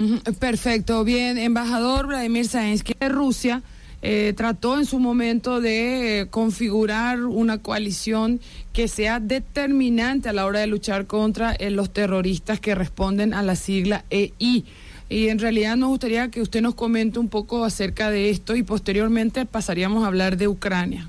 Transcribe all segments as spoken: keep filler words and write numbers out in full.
Uh-huh. Perfecto, bien, embajador Vladimir Zelensky de Rusia eh, trató en su momento de eh, configurar una coalición que sea determinante a la hora de luchar contra eh, los terroristas que responden a la sigla E I. Y en realidad nos gustaría que usted nos comente un poco acerca de esto y posteriormente pasaríamos a hablar de Ucrania.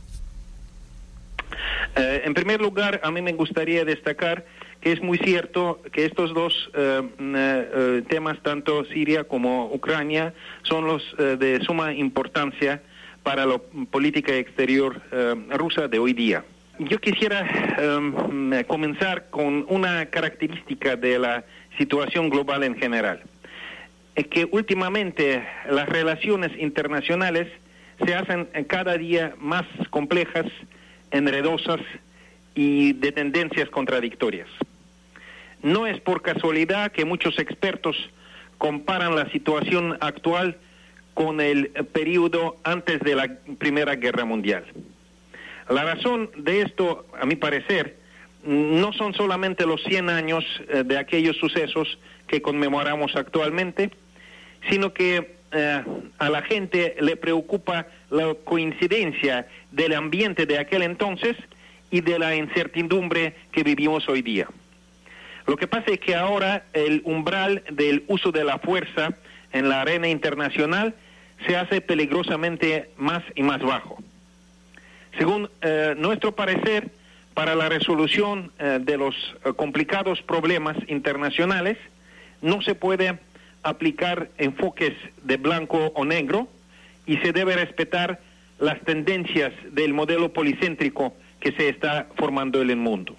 Eh, en primer lugar, a mí me gustaría destacar que es muy cierto que estos dos eh, eh, temas, tanto Siria como Ucrania, son los eh, de suma importancia para la política exterior eh, rusa de hoy día. Yo quisiera eh, comenzar con una característica de la situación global en general. Es que últimamente las relaciones internacionales se hacen cada día más complejas, enredosas y de tendencias contradictorias. No es por casualidad que muchos expertos comparan la situación actual con el periodo antes de la Primera Guerra Mundial. La razón de esto, a mi parecer, no son solamente los cien años de aquellos sucesos que conmemoramos actualmente, sino que eh, a la gente le preocupa la coincidencia del ambiente de aquel entonces y de la incertidumbre que vivimos hoy día. Lo que pasa es que ahora el umbral del uso de la fuerza en la arena internacional se hace peligrosamente más y más bajo. Según eh, nuestro parecer, para la resolución eh, de los eh, complicados problemas internacionales, no se puede aplicar enfoques de blanco o negro y se debe respetar las tendencias del modelo policéntrico que se está formando en el mundo.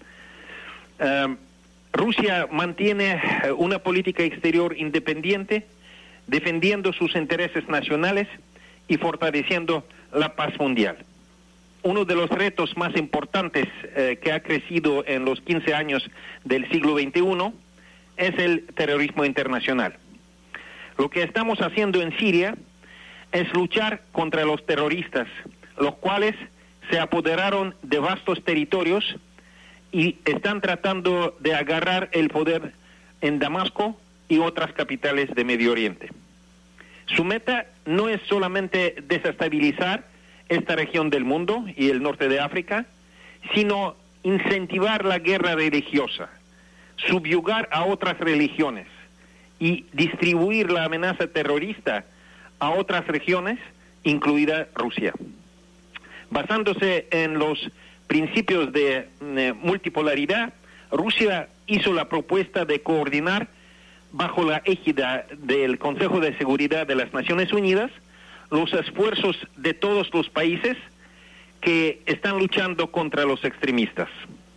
Uh, Rusia mantiene una política exterior independiente, defendiendo sus intereses nacionales y fortaleciendo la paz mundial. Uno de los retos más importantes eh, que ha crecido en los quince años del siglo veintiuno es el terrorismo internacional. Lo que estamos haciendo en Siria es luchar contra los terroristas, los cuales se apoderaron de vastos territorios y están tratando de agarrar el poder en Damasco y otras capitales de Medio Oriente. Su meta no es solamente desestabilizar esta región del mundo y el norte de África, sino incentivar la guerra religiosa, subyugar a otras religiones y distribuir la amenaza terrorista a otras regiones, incluida Rusia. Basándose en los principios de eh, multipolaridad, Rusia hizo la propuesta de coordinar bajo la égida del Consejo de Seguridad de las Naciones Unidas los esfuerzos de todos los países que están luchando contra los extremistas.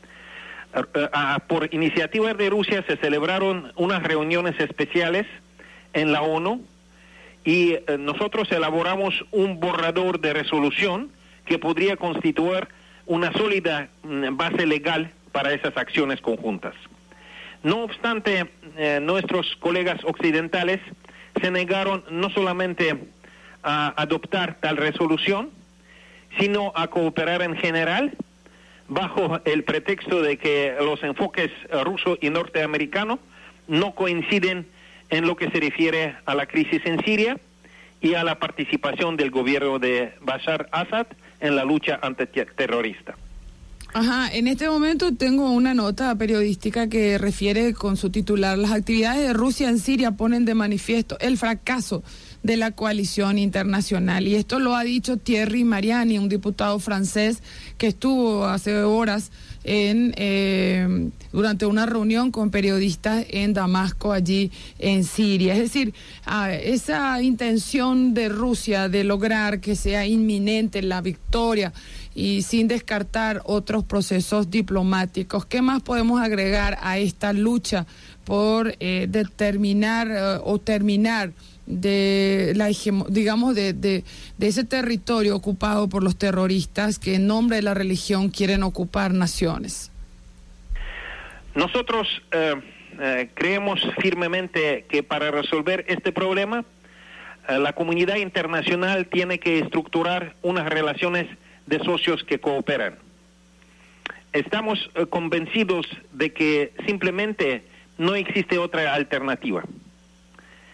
Por iniciativa de Rusia se celebraron unas reuniones especiales en la ONU y nosotros elaboramos un borrador de resolución que podría constituir una sólida base legal para esas acciones conjuntas. No obstante, eh, nuestros colegas occidentales se negaron no solamente a adoptar tal resolución, sino a cooperar en general, bajo el pretexto de que los enfoques ruso y norteamericano no coinciden en lo que se refiere a la crisis en Siria y a la participación del gobierno de Bashar Assad en la lucha antiterrorista. Ajá, en este momento tengo una nota periodística que refiere con su titular: las actividades de Rusia en Siria ponen de manifiesto el fracaso de la coalición internacional. Y esto lo ha dicho Thierry Mariani, un diputado francés que estuvo hace horas en eh, durante una reunión con periodistas en Damasco, allí en Siria. Es decir, ah, esa intención de Rusia de lograr que sea inminente la victoria y sin descartar otros procesos diplomáticos. ¿Qué más podemos agregar a esta lucha por eh, determinar eh, o terminar de la digamos de, de, de ese territorio ocupado por los terroristas que en nombre de la religión quieren ocupar naciones? Nosotros eh, eh, creemos firmemente que para resolver este problema eh, la comunidad internacional tiene que estructurar unas relaciones de socios que cooperan. Estamos eh, convencidos de que simplemente no existe otra alternativa.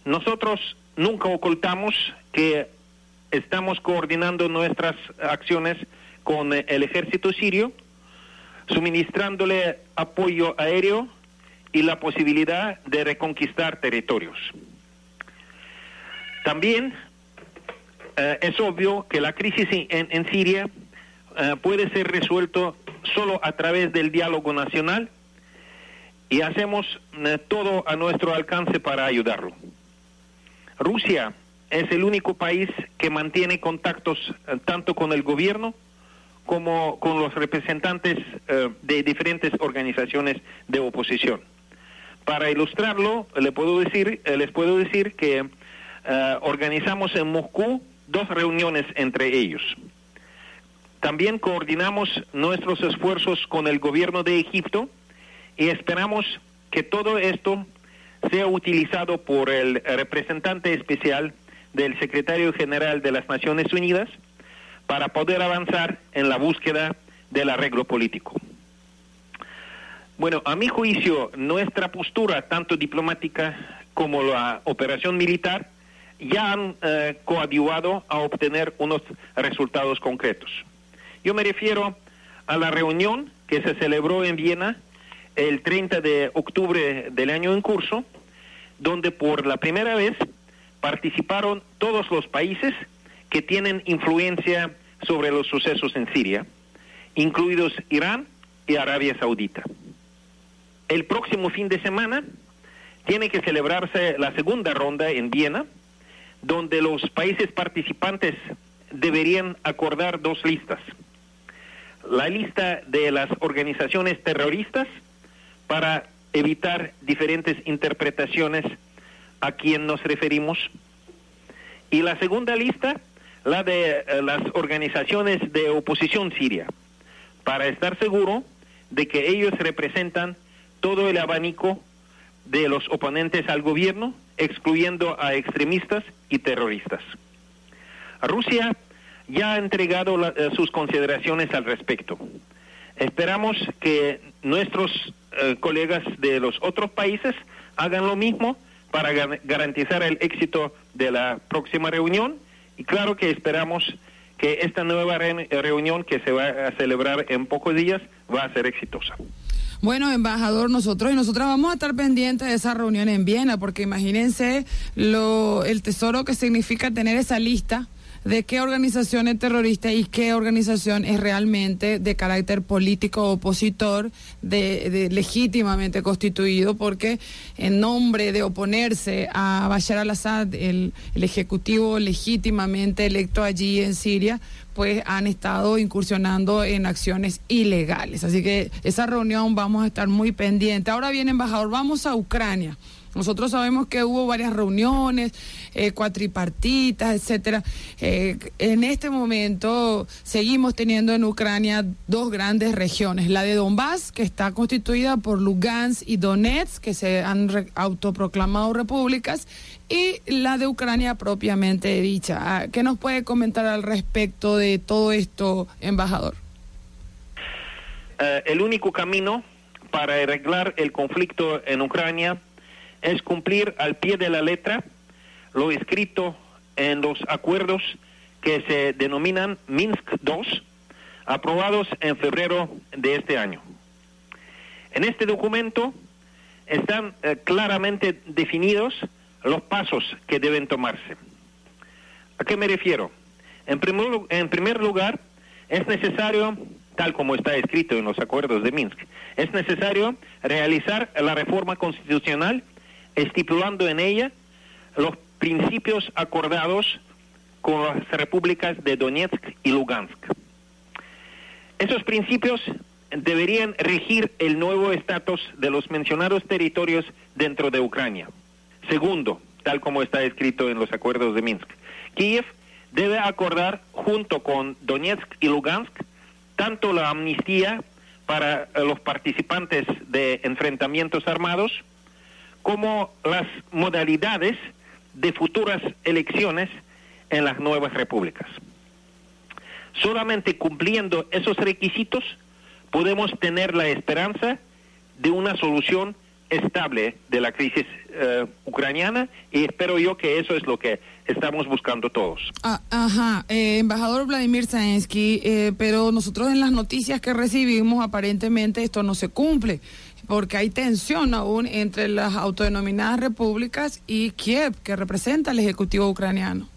nosotros nunca ocultamos que estamos coordinando nuestras acciones con el ejército sirio, suministrándole apoyo aéreo y la posibilidad de reconquistar territorios. También eh, es obvio que la crisis en, en Siria eh, puede ser resuelto solo a través del diálogo nacional, y hacemos eh, todo a nuestro alcance para ayudarlo. Rusia es el único país que mantiene contactos eh, tanto con el gobierno como con los representantes eh, de diferentes organizaciones de oposición. Para ilustrarlo, le puedo decir, eh, les puedo decir que eh, organizamos en Moscú dos reuniones entre ellos. También coordinamos nuestros esfuerzos con el gobierno de Egipto y esperamos que todo esto sea utilizado por el representante especial del secretario general de las Naciones Unidas para poder avanzar en la búsqueda del arreglo político. Bueno, a mi juicio, nuestra postura, tanto diplomática como la operación militar, ya han eh, coadyuvado a obtener unos resultados concretos. Yo me refiero a la reunión que se celebró en Viena el treinta de octubre del año en curso, donde por la primera vez participaron todos los países que tienen influencia sobre los sucesos en Siria, incluidos Irán y Arabia Saudita. El próximo fin de semana tiene que celebrarse la segunda ronda en Viena, donde los países participantes deberían acordar dos listas. La lista de las organizaciones terroristas para evitar diferentes interpretaciones a quién nos referimos, y la segunda lista, la de eh, las organizaciones de oposición siria, para estar seguro de que ellos representan todo el abanico de los oponentes al gobierno, excluyendo a extremistas y terroristas. Rusia ya ha entregado la, eh, sus consideraciones al respecto. Esperamos que nuestros eh, colegas de los otros países hagan lo mismo para gar- garantizar el éxito de la próxima reunión, y claro que esperamos que esta nueva re- reunión que se va a celebrar en pocos días va a ser exitosa. Bueno, embajador, nosotros y nosotras vamos a estar pendientes de esa reunión en Viena, porque imagínense lo, el tesoro que significa tener esa lista de qué organización es terrorista y qué organización es realmente de carácter político opositor, de, de legítimamente constituido, porque en nombre de oponerse a Bashar al-Assad, el, el ejecutivo legítimamente electo allí en Siria, pues han estado incursionando en acciones ilegales. Así que esa reunión vamos a estar muy pendientes. Ahora bien, embajador, vamos a Ucrania. Nosotros sabemos que hubo varias reuniones, eh, cuatripartitas, etcétera. Eh, en este momento seguimos teniendo en Ucrania dos grandes regiones, la de Donbass, que está constituida por Lugansk y Donetsk, que se han re- autoproclamado repúblicas, y la de Ucrania propiamente dicha. ¿Qué nos puede comentar al respecto de todo esto, embajador? Uh, el único camino para arreglar el conflicto en Ucrania es cumplir al pie de la letra lo escrito en los acuerdos que se denominan Minsk dos, aprobados en febrero de este año. En este documento están eh, claramente definidos los pasos que deben tomarse. ¿A qué me refiero? En primer, en primer lugar, es necesario, tal como está escrito en los acuerdos de Minsk, es necesario realizar la reforma constitucional estipulando en ella los principios acordados con las repúblicas de Donetsk y Lugansk. Esos principios deberían regir el nuevo estatus de los mencionados territorios dentro de Ucrania. Segundo, tal como está escrito en los acuerdos de Minsk, Kiev debe acordar junto con Donetsk y Lugansk tanto la amnistía para los participantes de enfrentamientos armados como las modalidades de futuras elecciones en las nuevas repúblicas. Solamente cumpliendo esos requisitos podemos tener la esperanza de una solución estable de la crisis uh, ucraniana, y espero yo que eso es lo que estamos buscando todos. Ah, ajá, eh, embajador Vladimir Zelensky, eh, pero nosotros en las noticias que recibimos aparentemente esto no se cumple, porque hay tensión aún entre las autodenominadas repúblicas y Kiev, que representa al Ejecutivo ucraniano.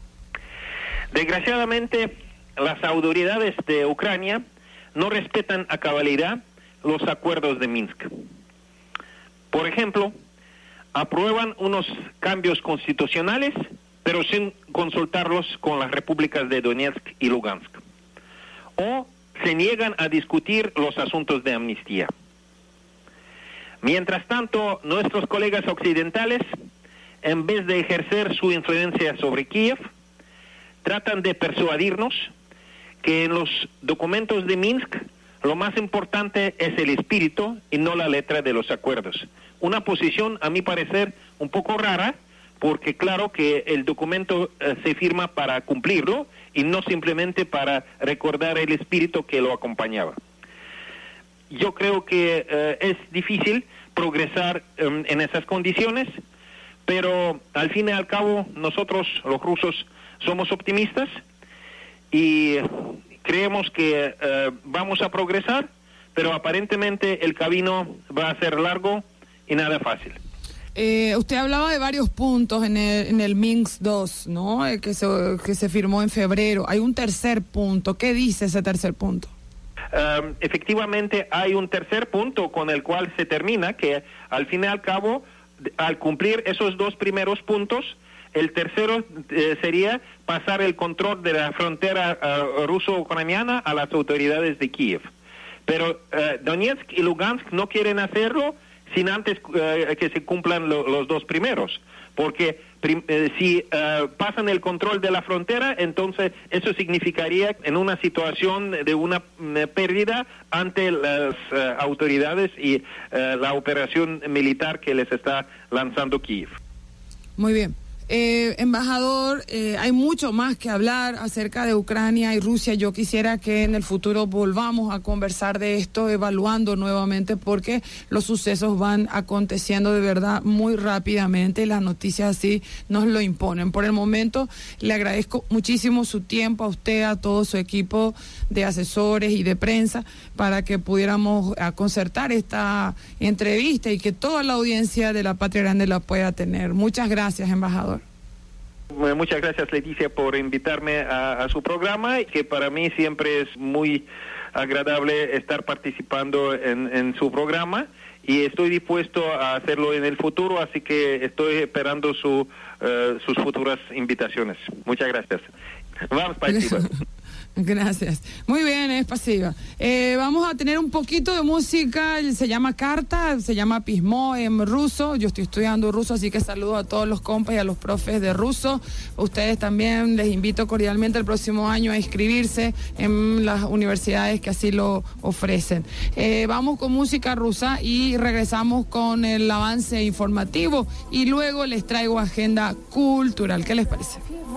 Desgraciadamente, las autoridades de Ucrania no respetan a cabalidad los acuerdos de Minsk. Por ejemplo, aprueban unos cambios constitucionales, pero sin consultarlos con las repúblicas de Donetsk y Lugansk. O se niegan a discutir los asuntos de amnistía. Mientras tanto, nuestros colegas occidentales, en vez de ejercer su influencia sobre Kiev, tratan de persuadirnos que en los documentos de Minsk lo más importante es el espíritu y no la letra de los acuerdos. Una posición, a mi parecer, un poco rara, porque claro que el documento eh, se firma para cumplirlo y no simplemente para recordar el espíritu que lo acompañaba. Yo creo que eh, es difícil progresar um, en esas condiciones, pero al fin y al cabo nosotros, los rusos, somos optimistas y creemos que uh, vamos a progresar, pero aparentemente el camino va a ser largo y nada fácil. Eh, usted hablaba de varios puntos en el, en el Minsk dos, ¿no? Eh, que, se, que se firmó en febrero. Hay un tercer punto. ¿Qué dice ese tercer punto? Um, efectivamente, hay un tercer punto con el cual se termina, que al fin y al cabo, al cumplir esos dos primeros puntos, el tercero eh, sería pasar el control de la frontera uh, ruso-ucraniana a las autoridades de Kiev. Pero uh, Donetsk y Lugansk no quieren hacerlo sin antes uh, que se cumplan lo, los dos primeros. Porque prim, eh, si uh, pasan el control de la frontera, entonces eso significaría en una situación de una uh, pérdida ante las uh, autoridades y uh, la operación militar que les está lanzando Kiev. Muy bien. Eh, embajador, eh, hay mucho más que hablar acerca de Ucrania y Rusia. Yo quisiera que en el futuro volvamos a conversar de esto, evaluando nuevamente, porque los sucesos van aconteciendo de verdad muy rápidamente y las noticias así nos lo imponen. Por el momento, le agradezco muchísimo su tiempo a usted, a todo su equipo de asesores y de prensa, para que pudiéramos a concertar esta entrevista y que toda la audiencia de La Patria Grande la pueda tener. Muchas gracias, embajador. Muchas gracias, Leticia, por invitarme a, a su programa, y que para mí siempre es muy agradable estar participando en, en su programa, y estoy dispuesto a hacerlo en el futuro, así que estoy esperando su, uh, sus futuras invitaciones. Muchas gracias. Vamos, спасибо. Gracias. Muy bien, es pasiva. Eh, vamos a tener un poquito de música, se llama Carta, se llama Pismo en ruso. Yo estoy estudiando ruso, así que saludo a todos los compas y a los profes de ruso. Ustedes también les invito cordialmente el próximo año a inscribirse en las universidades que así lo ofrecen. Eh, vamos con música rusa y regresamos con el avance informativo y luego les traigo agenda cultural. ¿Qué les parece?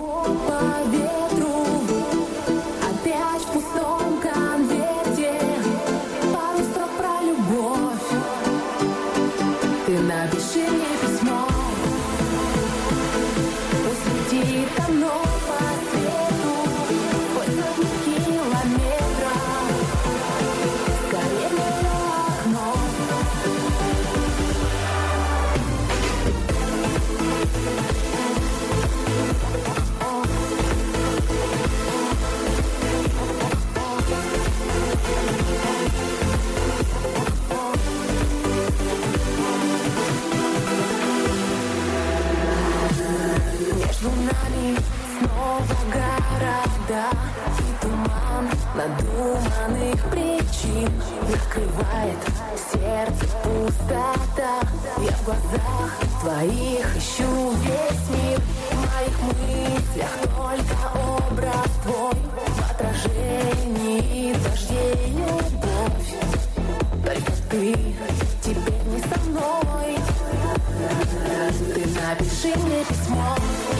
Надуманных причин накрывает сердце пустота. Я в глазах твоих ищу весь мир, в моих мыслях только образ твой, в отражении дождей любовь. Только ты теперь не со мной. Ты напиши мне письмо,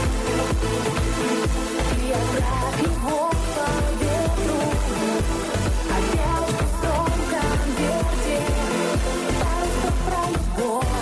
и отправь его по ветру. Опять в пустом конверте, пару строк про любовь.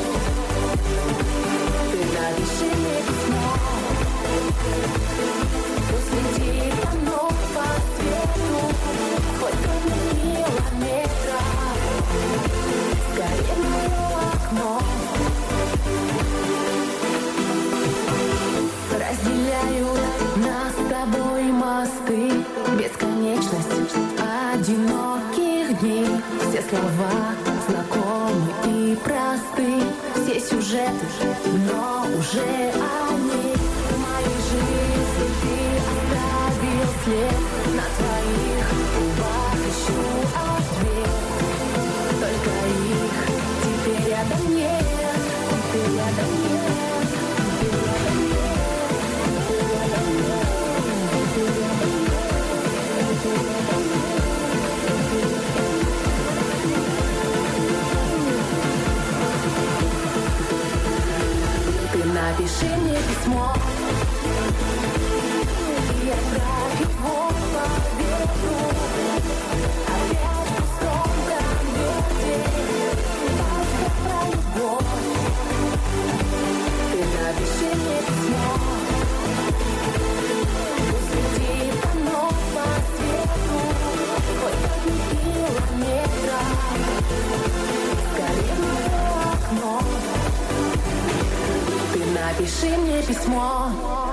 мосты, бесконечность одиноких дней. Все слова знакомы и просты, все сюжеты, но уже они. В моей жизни ты оставил след, на твоих губах ищу ответ. Только их теперь рядом нет, теперь рядом нет, теперь рядом нет, теперь рядом нет, теперь рядом нет, теперь рядом нет. Ты напиши мне письмо и отправь его по ветру. Опять в пустом конверте пачка про любовь. Ты напиши мне письмо, пусть летит оно по свету, хоть одни километра, скорее в мое окно. Ты напиши мне письмо.